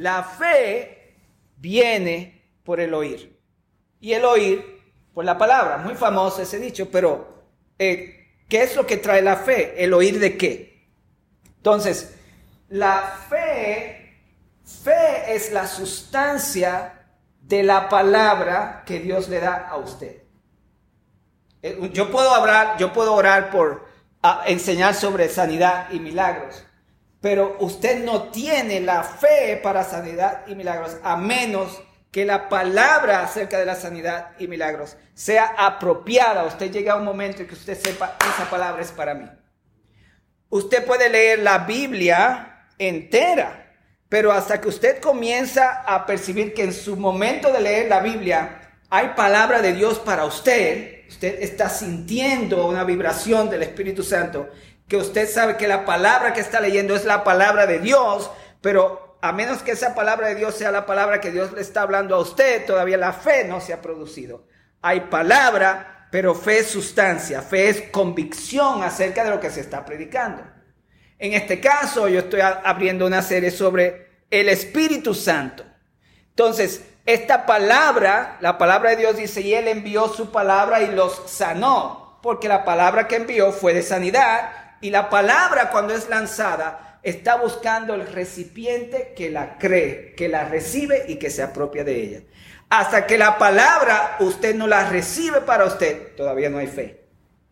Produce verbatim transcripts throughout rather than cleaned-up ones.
la fe viene por el oír. Y el oír por la palabra. Muy famoso ese dicho, pero eh, ¿qué es lo que trae la fe? ¿El oír de qué? Entonces, la fe, fe es la sustancia de la palabra que Dios le da a usted. Yo puedo orar, yo puedo orar por a, enseñar sobre sanidad y milagros, pero usted no tiene la fe para sanidad y milagros a menos que la palabra acerca de la sanidad y milagros sea apropiada. Usted llega a un momento en que usted sepa, esa palabra es para mí. Usted puede leer la Biblia entera, pero hasta que usted comienza a percibir que en su momento de leer la Biblia hay palabra de Dios para usted, usted está sintiendo una vibración del Espíritu Santo, que usted sabe que la palabra que está leyendo es la palabra de Dios, pero a menos que esa palabra de Dios sea la palabra que Dios le está hablando a usted, todavía la fe no se ha producido. Hay palabra, pero fe es sustancia, fe es convicción acerca de lo que se está predicando. En este caso, yo estoy abriendo una serie sobre el Espíritu Santo. Entonces, esta palabra, la palabra de Dios dice, y Él envió su palabra y los sanó, porque la palabra que envió fue de sanidad, y la palabra cuando es lanzada, está buscando el recipiente que la cree, que la recibe y que se apropia de ella. Hasta que la palabra usted no la recibe para usted, todavía no hay fe.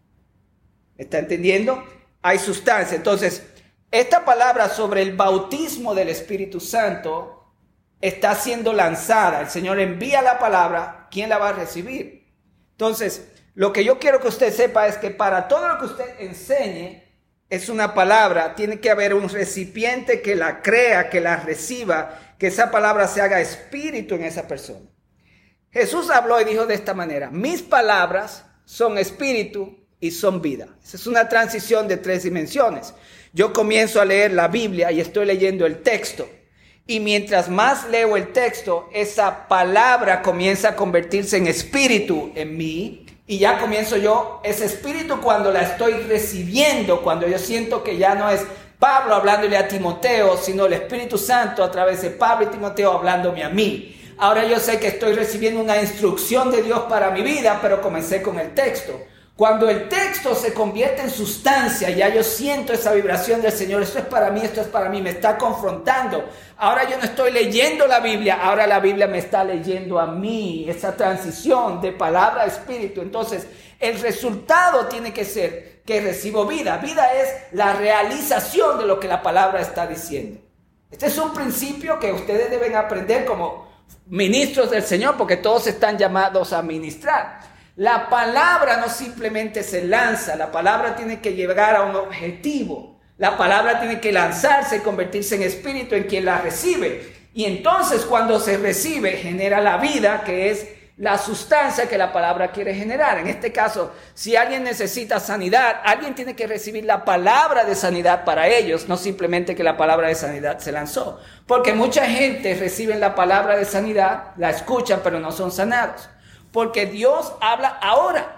¿Está entendiendo? Hay sustancia. Entonces, esta palabra sobre el bautismo del Espíritu Santo está siendo lanzada. El Señor envía la palabra. ¿Quién la va a recibir? Entonces, lo que yo quiero que usted sepa es que para todo lo que usted enseñe, es una palabra, tiene que haber un recipiente que la crea, que la reciba, que esa palabra se haga espíritu en esa persona. Jesús habló y dijo de esta manera, mis palabras son espíritu y son vida. Esa es una transición de tres dimensiones. Yo comienzo a leer la Biblia y estoy leyendo el texto. Y mientras más leo el texto, esa palabra comienza a convertirse en espíritu en mí. Y ya comienzo yo, ese espíritu cuando la estoy recibiendo, cuando yo siento que ya no es Pablo hablándole a Timoteo, sino el Espíritu Santo a través de Pablo y Timoteo hablándome a mí. Ahora yo sé que estoy recibiendo una instrucción de Dios para mi vida, pero comencé con el texto. Cuando el texto se convierte en sustancia, ya yo siento esa vibración del Señor, esto es para mí, esto es para mí, me está confrontando. Ahora yo no estoy leyendo la Biblia, ahora la Biblia me está leyendo a mí, esa transición de palabra a espíritu. Entonces, el resultado tiene que ser que recibo vida. Vida es la realización de lo que la palabra está diciendo. Este es un principio que ustedes deben aprender como ministros del Señor, porque todos están llamados a ministrar. La palabra no simplemente se lanza, la palabra tiene que llegar a un objetivo. La palabra tiene que lanzarse y convertirse en espíritu en quien la recibe. Y entonces cuando se recibe, genera la vida, que es la sustancia que la palabra quiere generar. En este caso, si alguien necesita sanidad, alguien tiene que recibir la palabra de sanidad para ellos, no simplemente que la palabra de sanidad se lanzó. Porque mucha gente recibe la palabra de sanidad, la escuchan, pero no son sanados. Porque Dios habla ahora.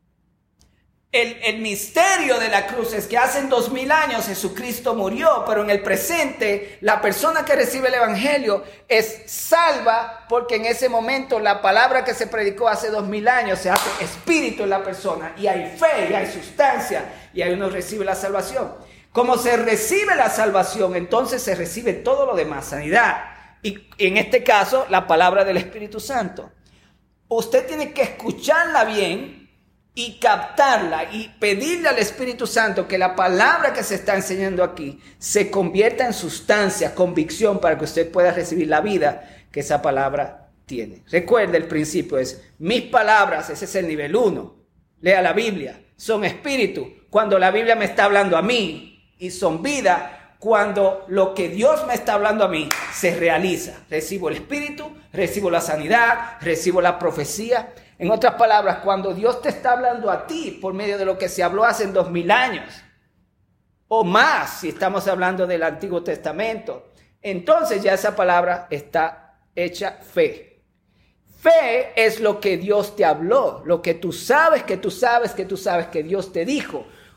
El, el misterio de la cruz es que hace dos mil años Jesucristo murió, pero en el presente la persona que recibe el evangelio es salva porque en ese momento la palabra que se predicó hace dos mil años se hace espíritu en la persona y hay fe y hay sustancia y ahí uno recibe la salvación. Como se recibe la salvación, entonces se recibe todo lo demás, sanidad y en este caso la palabra del Espíritu Santo. Usted tiene que escucharla bien y captarla y pedirle al Espíritu Santo que la palabra que se está enseñando aquí se convierta en sustancia, convicción para que usted pueda recibir la vida que esa palabra tiene. Recuerde, el principio es mis palabras, ese es el nivel uno. Lea la Biblia, son espíritu cuando la Biblia me está hablando a mí y son vida cuando lo que Dios me está hablando a mí se realiza. Recibo el espíritu, recibo la sanidad, recibo la profecía. En otras palabras, cuando Dios te está hablando a ti por medio de lo que se habló hace dos mil años o más, si estamos hablando del Antiguo Testamento, entonces ya esa palabra está hecha fe. Fe es lo que Dios te habló, lo que tú sabes, que tú sabes, que tú sabes que Dios te dijo.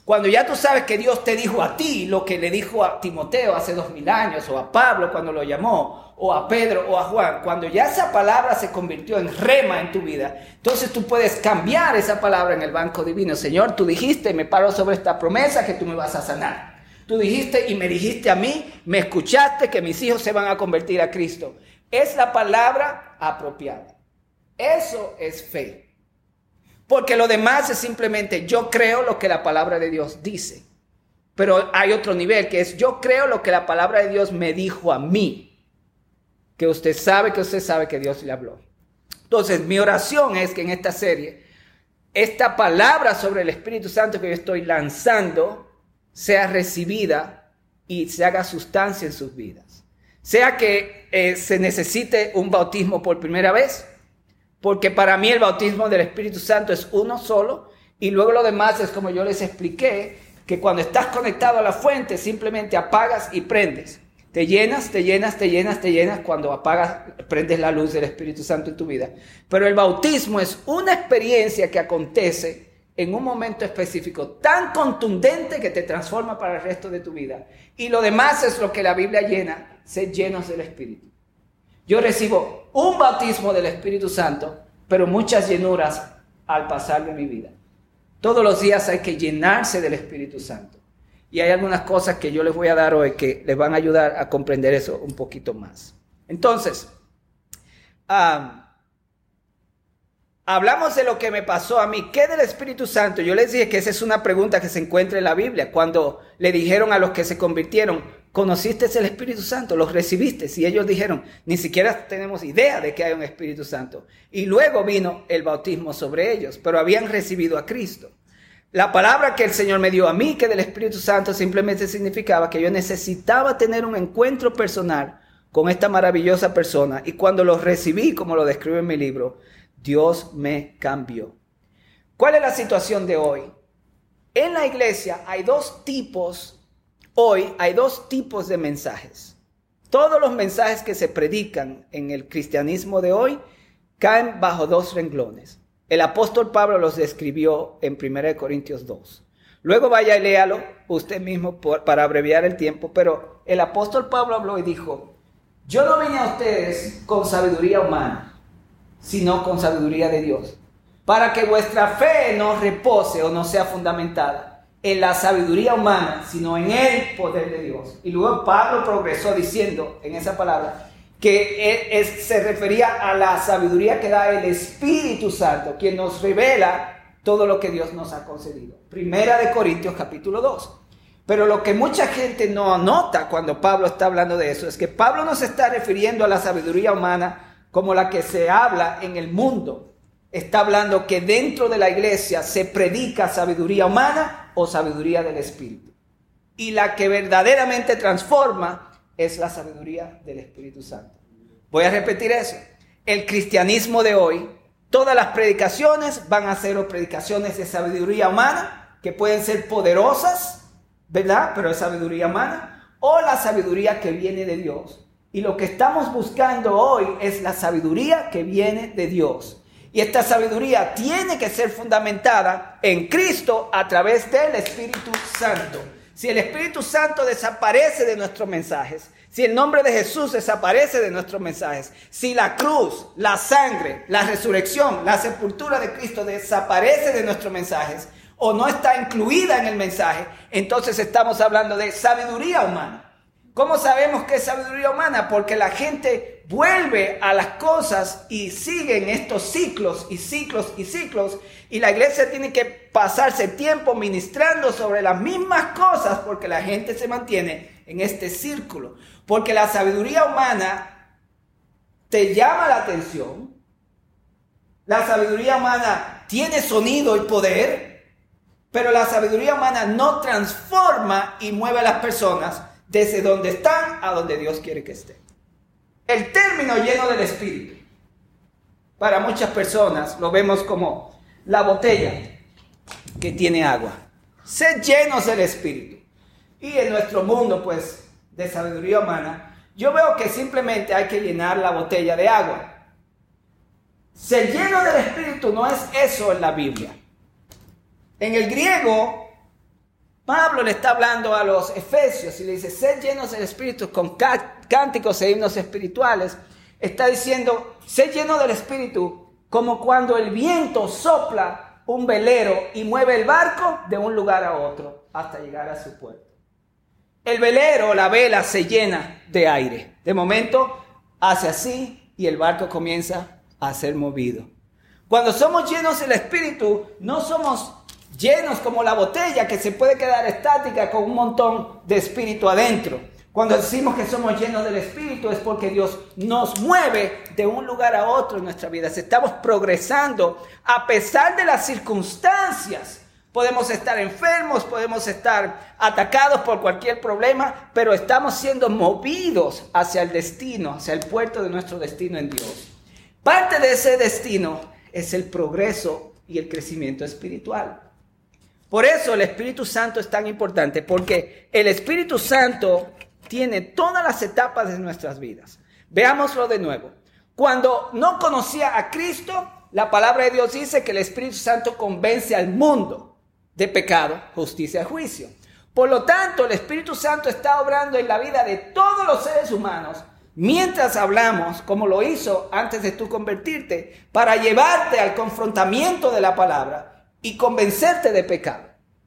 Cuando ya tú sabes que Dios te dijo a ti lo que le dijo a Timoteo hace dos mil años, o a Pablo cuando lo llamó, o a Pedro o a Juan, cuando ya esa palabra se convirtió en rema en tu vida, entonces tú puedes cambiar esa palabra en el banco divino. Señor, tú dijiste, me paro sobre esta promesa que tú me vas a sanar. Tú dijiste y me dijiste a mí, me escuchaste que mis hijos se van a convertir a Cristo. Es la palabra apropiada. Eso es fe. Porque lo demás es simplemente yo creo lo que la palabra de Dios dice. Pero hay otro nivel que es yo creo lo que la palabra de Dios me dijo a mí. Que usted sabe que usted sabe que Dios le habló. Entonces mi oración es que en esta serie, esta palabra sobre el Espíritu Santo que yo estoy lanzando sea recibida y se haga sustancia en sus vidas. Sea que eh, se necesite un bautismo por primera vez, porque para mí el bautismo del Espíritu Santo es uno solo, y luego lo demás es como yo les expliqué, que cuando estás conectado a la fuente simplemente apagas y prendes. Te llenas, te llenas, te llenas, te llenas cuando apagas, prendes la luz del Espíritu Santo en tu vida. Pero el bautismo es una experiencia que acontece en un momento específico tan contundente que te transforma para el resto de tu vida. Y lo demás es lo que la Biblia llena, ser llenos del Espíritu. Yo recibo un bautismo del Espíritu Santo, pero muchas llenuras al pasar de mi vida. Todos los días hay que llenarse del Espíritu Santo. Y hay algunas cosas que yo les voy a dar hoy que les van a ayudar a comprender eso un poquito más. Entonces, um, hablamos de lo que me pasó a mí. ¿Qué del Espíritu Santo? Yo les dije que esa es una pregunta que se encuentra en la Biblia. Cuando le dijeron a los que se convirtieron, ¿conociste el Espíritu Santo? ¿Los recibiste? Y ellos dijeron, ni siquiera tenemos idea de que hay un Espíritu Santo. Y luego vino el bautismo sobre ellos, pero habían recibido a Cristo. La palabra que el Señor me dio a mí, que del Espíritu Santo, simplemente significaba que yo necesitaba tener un encuentro personal con esta maravillosa persona. Y cuando lo recibí, como lo describo en mi libro, Dios me cambió. ¿Cuál es la situación de hoy? En la iglesia hay dos tipos, hoy hay dos tipos de mensajes. Todos los mensajes que se predican en el cristianismo de hoy caen bajo dos renglones. El apóstol Pablo los describió en primera de Corintios dos. Luego vaya y léalo usted mismo por, para abreviar el tiempo, pero el apóstol Pablo habló y dijo, yo no vine a ustedes con sabiduría humana, sino con sabiduría de Dios, para que vuestra fe no repose o no sea fundamentada en la sabiduría humana, sino en el poder de Dios. Y luego Pablo progresó diciendo en esa palabra que es, se refería a la sabiduría que da el Espíritu Santo, quien nos revela todo lo que Dios nos ha concedido. Primera de Corintios capítulo dos. Pero lo que mucha gente no nota cuando Pablo está hablando de eso es que Pablo no se está refiriendo a la sabiduría humana como la que se habla en el mundo. Está hablando que dentro de la iglesia se predica sabiduría humana o sabiduría del Espíritu. Y la que verdaderamente transforma es la sabiduría del Espíritu Santo. Voy a repetir eso. El cristianismo de hoy, todas las predicaciones van a ser o predicaciones de sabiduría humana, que pueden ser poderosas, ¿verdad? Pero es sabiduría humana, o la sabiduría que viene de Dios. Y lo que estamos buscando hoy es la sabiduría que viene de Dios. Y esta sabiduría tiene que ser fundamentada en Cristo a través del Espíritu Santo. Si el Espíritu Santo desaparece de nuestros mensajes, si el nombre de Jesús desaparece de nuestros mensajes, si la cruz, la sangre, la resurrección, la sepultura de Cristo desaparece de nuestros mensajes o no está incluida en el mensaje, entonces estamos hablando de sabiduría humana. ¿Cómo sabemos que es sabiduría humana? Porque la gente vuelve a las cosas y siguen estos ciclos y ciclos y ciclos. Y la iglesia tiene que pasarse tiempo ministrando sobre las mismas cosas porque la gente se mantiene en este círculo. Porque la sabiduría humana te llama la atención. La sabiduría humana tiene sonido y poder. Pero la sabiduría humana no transforma y mueve a las personas desde donde están a donde Dios quiere que estén. El término lleno del Espíritu, para muchas personas lo vemos como la botella que tiene agua. Sed llenos del Espíritu. Y en nuestro mundo, pues, de sabiduría humana, yo veo que simplemente hay que llenar la botella de agua. Ser lleno del Espíritu no es eso en la Biblia. En el griego, Pablo le está hablando a los efesios y le dice, sed llenos del Espíritu con cánticos e himnos espirituales. Está diciendo, sed llenos del Espíritu como cuando el viento sopla un velero y mueve el barco de un lugar a otro hasta llegar a su puerto. El velero, la vela, se llena de aire. De momento hace así y el barco comienza a ser movido. Cuando somos llenos del Espíritu, no somos llenos como la botella que se puede quedar estática con un montón de espíritu adentro. Cuando decimos que somos llenos del Espíritu es porque Dios nos mueve de un lugar a otro en nuestra vida. Estamos progresando a pesar de las circunstancias. Podemos estar enfermos, podemos estar atacados por cualquier problema, pero estamos siendo movidos hacia el destino, hacia el puerto de nuestro destino en Dios. Parte de ese destino es el progreso y el crecimiento espiritual. Por eso el Espíritu Santo es tan importante, porque el Espíritu Santo tiene todas las etapas de nuestras vidas. Veámoslo de nuevo. Cuando no conocía a Cristo, la palabra de Dios dice que el Espíritu Santo convence al mundo de pecado, justicia y juicio. Por lo tanto, el Espíritu Santo está obrando en la vida de todos los seres humanos mientras hablamos, como lo hizo antes de tú convertirte, para llevarte al confrontamiento de la palabra y convencerte de pecado.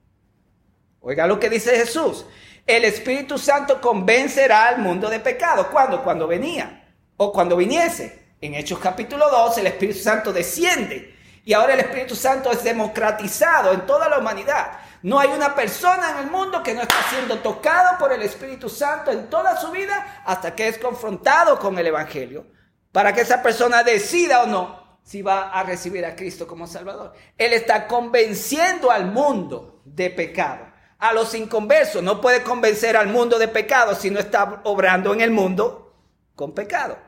Oiga lo que dice Jesús. El Espíritu Santo convencerá al mundo de pecado. ¿Cuándo? Cuando venía o cuando viniese. En Hechos capítulo dos, el Espíritu Santo desciende. Y ahora el Espíritu Santo es democratizado en toda la humanidad. No hay una persona en el mundo que no está siendo tocado por el Espíritu Santo en toda su vida hasta que es confrontado con el Evangelio. Para que esa persona decida o no si va a recibir a Cristo como Salvador. Él está convenciendo al mundo de pecado. A los inconversos no puede convencer al mundo de pecado si no está obrando en el mundo con pecado.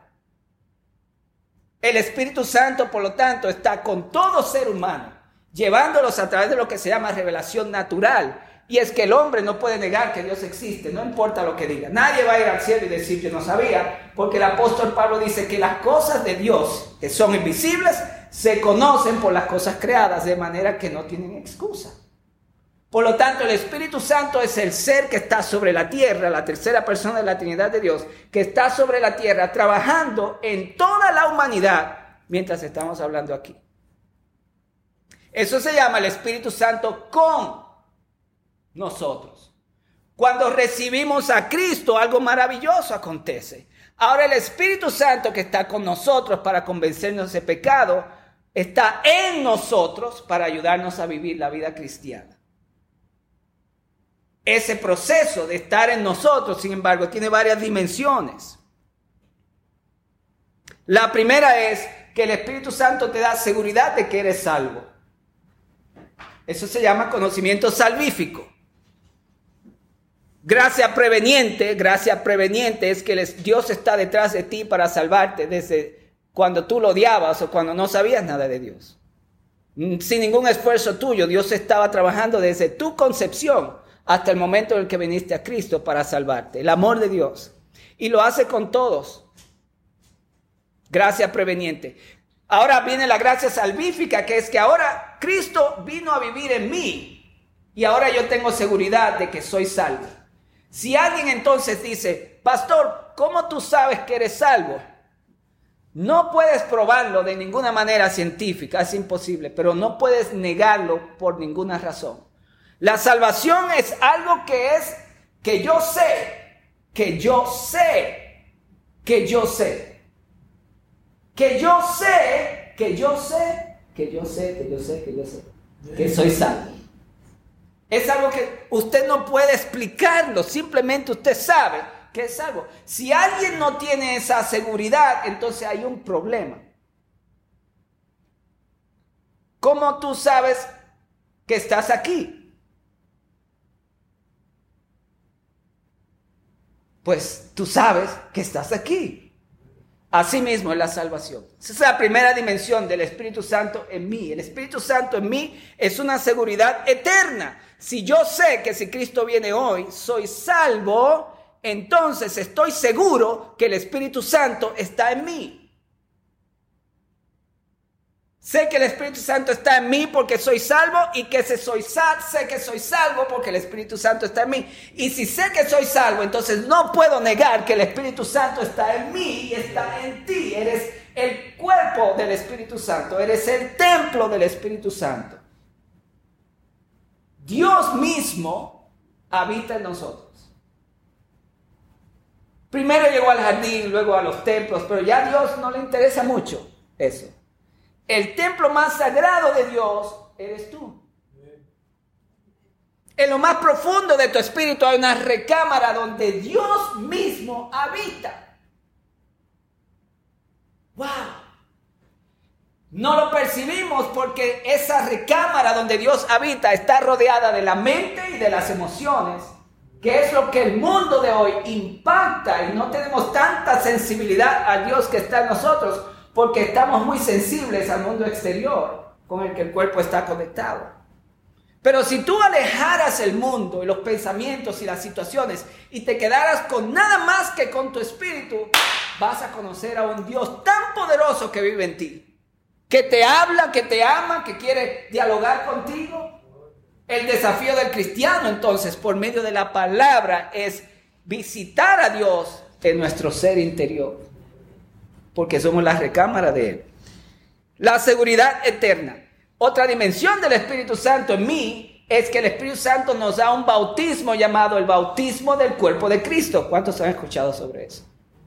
El Espíritu Santo, por lo tanto, está con todo ser humano, llevándolos a través de lo que se llama revelación natural. Y es que el hombre no puede negar que Dios existe, no importa lo que diga. Nadie va a ir al cielo y decir yo no sabía, porque el apóstol Pablo dice que las cosas de Dios, que son invisibles, se conocen por las cosas creadas, de manera que no tienen excusa. Por lo tanto, el Espíritu Santo es el ser que está sobre la tierra, la tercera persona de la Trinidad de Dios, que está sobre la tierra trabajando en toda la humanidad mientras estamos hablando aquí. Eso se llama el Espíritu Santo con nosotros. Cuando recibimos a Cristo, algo maravilloso acontece. Ahora el Espíritu Santo que está con nosotros para convencernos de pecado, está en nosotros para ayudarnos a vivir la vida cristiana. Ese proceso de estar en nosotros, sin embargo, tiene varias dimensiones. La primera es que el Espíritu Santo te da seguridad de que eres salvo. Eso se llama conocimiento salvífico. Gracia preveniente, gracia preveniente es que Dios está detrás de ti para salvarte desde cuando tú lo odiabas o cuando no sabías nada de Dios. Sin ningún esfuerzo tuyo, Dios estaba trabajando desde tu concepción hasta el momento en el que viniste a Cristo para salvarte. El amor de Dios. Y lo hace con todos. Gracia preveniente. Ahora viene la gracia salvífica, que es que ahora Cristo vino a vivir en mí. Y ahora yo tengo seguridad de que soy salvo. Si alguien entonces dice, pastor, ¿cómo tú sabes que eres salvo? No puedes probarlo de ninguna manera científica, es imposible, pero no puedes negarlo por ninguna razón. La salvación es algo que es, que yo sé, que yo sé, que yo sé, que yo sé, que yo sé, que yo sé, que yo sé, que yo sé, que soy salvo. Es algo que usted no puede explicarlo, simplemente usted sabe que es salvo. Si alguien no tiene esa seguridad, entonces hay un problema. ¿Cómo tú sabes que estás aquí? Pues tú sabes que estás aquí. Asimismo es la salvación. Esa es la primera dimensión del Espíritu Santo en mí. El Espíritu Santo en mí es una seguridad eterna. Si yo sé que si Cristo viene hoy, soy salvo, entonces estoy seguro que el Espíritu Santo está en mí. Sé que el Espíritu Santo está en mí porque soy salvo y que si soy sal, sé que soy salvo porque el Espíritu Santo está en mí. Y si sé que soy salvo, entonces no puedo negar que el Espíritu Santo está en mí y está en ti. Eres el cuerpo del Espíritu Santo, eres el templo del Espíritu Santo. Dios mismo habita en nosotros. Primero llegó al jardín, luego a los templos, pero ya a Dios no le interesa mucho eso. El templo más sagrado de Dios eres tú. En lo más profundo de tu espíritu hay una recámara donde Dios mismo habita. ¡Wow! No lo percibimos porque esa recámara donde Dios habita está rodeada de la mente y de las emociones, que es lo que el mundo de hoy impacta, y no tenemos tanta sensibilidad a Dios que está en nosotros porque estamos muy sensibles al mundo exterior con el que el cuerpo está conectado. Pero si tú alejaras el mundo y los pensamientos y las situaciones y te quedaras con nada más que con tu espíritu, vas a conocer a un Dios tan poderoso que vive en ti, que te habla, que te ama, que quiere dialogar contigo. El desafío del cristiano, entonces, por medio de la palabra, es visitar a Dios en nuestro ser interior, porque somos la recámara de Él. La seguridad eterna. Otra dimensión del Espíritu Santo en mí es que el Espíritu Santo nos da un bautismo llamado el bautismo del cuerpo de Cristo. ¿Cuántos han escuchado sobre eso?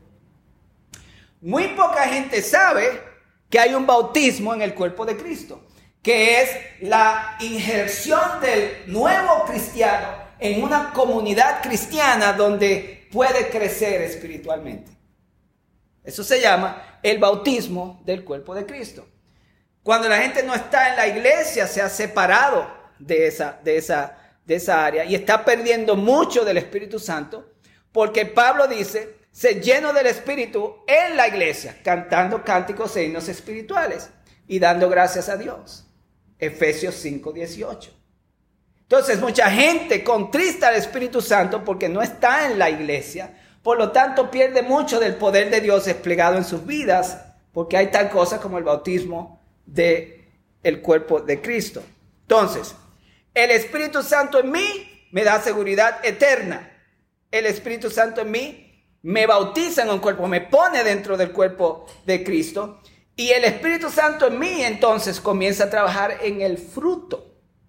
Muy poca gente sabe que hay un bautismo en el cuerpo de Cristo, que es la injerción del nuevo cristiano en una comunidad cristiana donde puede crecer espiritualmente. Eso se llama el bautismo del cuerpo de Cristo. Cuando la gente no está en la iglesia, se ha separado de esa, de esa, de esa área y está perdiendo mucho del Espíritu Santo, porque Pablo dice: se llenó del Espíritu en la iglesia, cantando cánticos e himnos espirituales y dando gracias a Dios. Efesios cinco dieciocho. Entonces, mucha gente contrista al Espíritu Santo porque no está en la iglesia. Por lo tanto, pierde mucho del poder de Dios desplegado en sus vidas, porque hay tal cosa como el bautismo del cuerpo de Cristo. Entonces, el Espíritu Santo en mí me da seguridad eterna. El Espíritu Santo en mí me bautiza en un cuerpo, me pone dentro del cuerpo de Cristo. Y el Espíritu Santo en mí entonces comienza a trabajar en el fruto.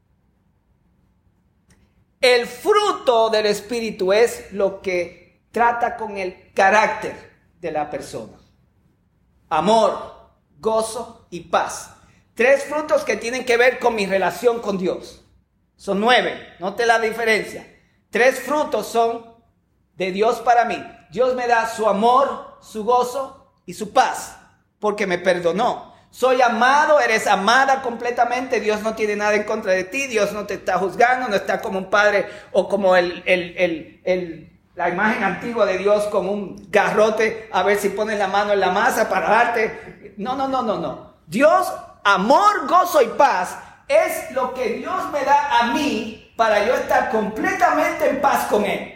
El fruto del Espíritu es lo que trata con el carácter de la persona. Amor, gozo y paz. Tres frutos que tienen que ver con mi relación con Dios. Son nueve, note la diferencia. Tres frutos son de Dios para mí. Dios me da su amor, su gozo y su paz, porque me perdonó. Soy amado, eres amada completamente. Dios no tiene nada en contra de ti. Dios no te está juzgando, no está como un padre o como el, el, el, el la imagen antigua de Dios con un garrote a ver si pones la mano en la masa para darte. No, no, no, no, no. Dios, amor, gozo y paz es lo que Dios me da a mí para yo estar completamente en paz con Él.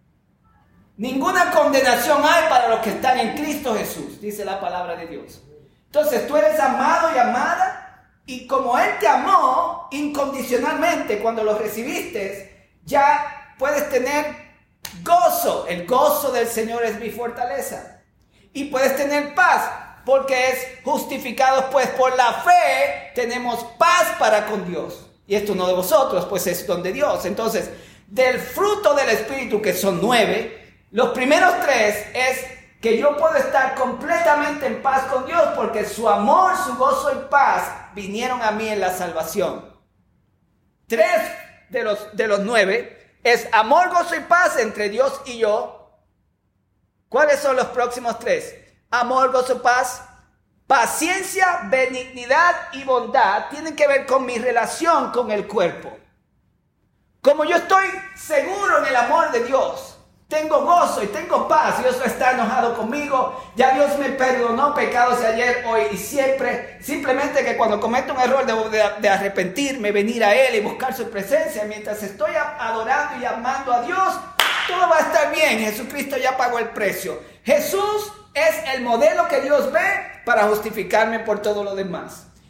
Ninguna condenación hay para los que están en Cristo Jesús, dice la palabra de Dios. Entonces tú eres amado y amada, y como Él te amó incondicionalmente cuando lo recibiste, ya puedes tener gozo. El gozo del Señor es mi fortaleza. Y puedes tener paz, porque es justificados pues por la fe, tenemos paz para con Dios. Y esto no de vosotros, pues es don de Dios. Entonces, del fruto del Espíritu, que son nueve, los primeros tres es que yo puedo estar completamente en paz con Dios, porque su amor, su gozo y paz vinieron a mí en la salvación. Tres de los, de los nueve es amor, gozo y paz entre Dios y yo. ¿Cuáles son los próximos tres? Amor, gozo, paz, paciencia, benignidad y bondad. Tienen que ver con mi relación con el cuerpo. Como yo estoy seguro en el amor de Dios, tengo gozo y tengo paz. Dios no está enojado conmigo. Ya Dios me perdonó pecados de ayer, hoy y siempre. Simplemente que cuando cometo un error debo de, de arrepentirme, venir a Él y buscar su presencia. Mientras estoy adorando y amando a Dios, todo va a estar bien. Jesucristo ya pagó el precio. Jesús es el modelo que Dios ve para justificarme por todo lo demás.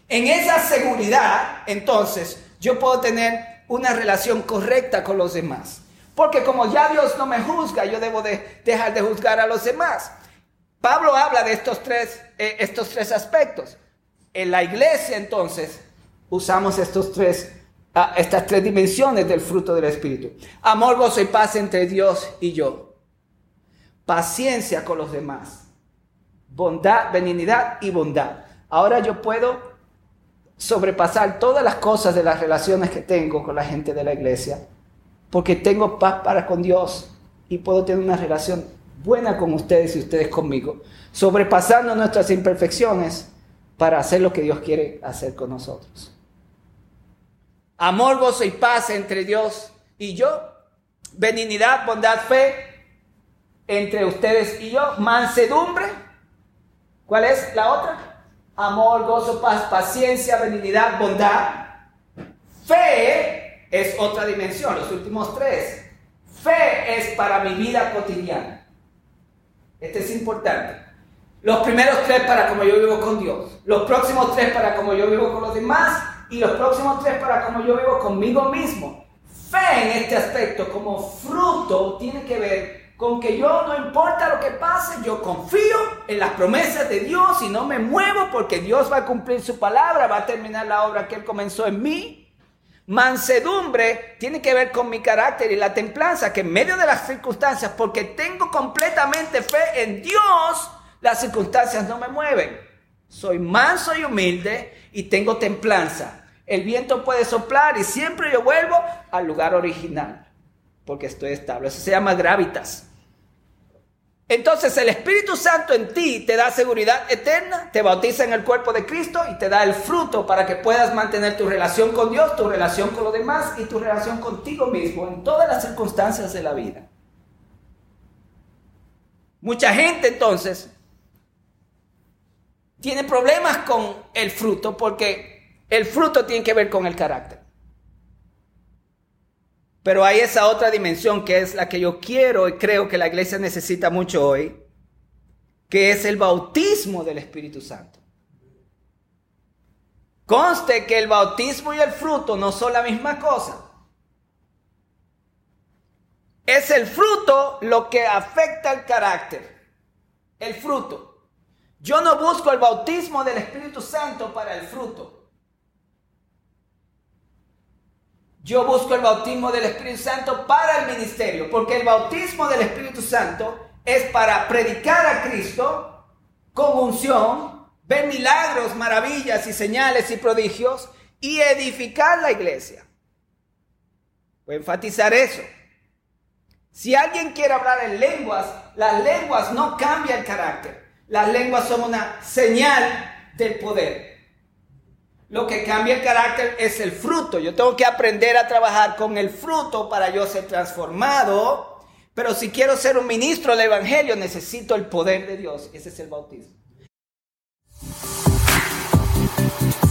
En esa seguridad, entonces, yo puedo tener una relación correcta con los demás. Porque como ya Dios no me juzga, yo debo de dejar de juzgar a los demás. Pablo habla de estos tres, eh, estos tres aspectos. En la iglesia, entonces, usamos estos tres, uh, estas tres dimensiones del fruto del Espíritu. Amor, gozo y paz entre Dios y yo. Paciencia con los demás. Bondad, benignidad y bondad. Ahora yo puedo sobrepasar todas las cosas de las relaciones que tengo con la gente de la iglesia, porque tengo paz para con Dios y puedo tener una relación buena con ustedes y ustedes conmigo, sobrepasando nuestras imperfecciones para hacer lo que Dios quiere hacer con nosotros. Amor, gozo y paz entre Dios y yo, benignidad, bondad, fe entre ustedes y yo, mansedumbre. ¿Cuál es la otra? Amor, gozo, paz, paciencia, benignidad, bondad. Fe es otra dimensión, los últimos tres. Fe es para mi vida cotidiana. Este es importante. Los primeros tres para como yo vivo con Dios. Los próximos tres para como yo vivo con los demás. Y los próximos tres para como yo vivo conmigo mismo. Fe en este aspecto como fruto tiene que ver con que yo, no importa lo que pase, yo confío en las promesas de Dios y no me muevo porque Dios va a cumplir su palabra, va a terminar la obra que Él comenzó en mí. Mansedumbre tiene que ver con mi carácter y la templanza, que en medio de las circunstancias, porque tengo completamente fe en Dios, las circunstancias no me mueven. Soy manso y humilde y tengo templanza. El viento puede soplar y siempre yo vuelvo al lugar original, porque estoy estable. Eso se llama gravitas. Entonces el Espíritu Santo en ti te da seguridad eterna, te bautiza en el cuerpo de Cristo y te da el fruto para que puedas mantener tu relación con Dios, tu relación con los demás y tu relación contigo mismo en todas las circunstancias de la vida. Mucha gente entonces tiene problemas con el fruto porque el fruto tiene que ver con el carácter. Pero hay esa otra dimensión que es la que yo quiero y creo que la iglesia necesita mucho hoy, que es el bautismo del Espíritu Santo. Conste que el bautismo y el fruto no son la misma cosa. Es el fruto lo que afecta el carácter. El fruto. Yo no busco el bautismo del Espíritu Santo para el fruto. Yo busco el bautismo del Espíritu Santo para el ministerio, porque el bautismo del Espíritu Santo es para predicar a Cristo con unción, ver milagros, maravillas y señales y prodigios y edificar la iglesia. Voy a enfatizar eso. Si alguien quiere hablar en lenguas, las lenguas no cambian el carácter. Las lenguas son una señal del poder. Lo que cambia el carácter es el fruto. Yo tengo que aprender a trabajar con el fruto para yo ser transformado. Pero si quiero ser un ministro del Evangelio, necesito el poder de Dios. Ese es el bautismo.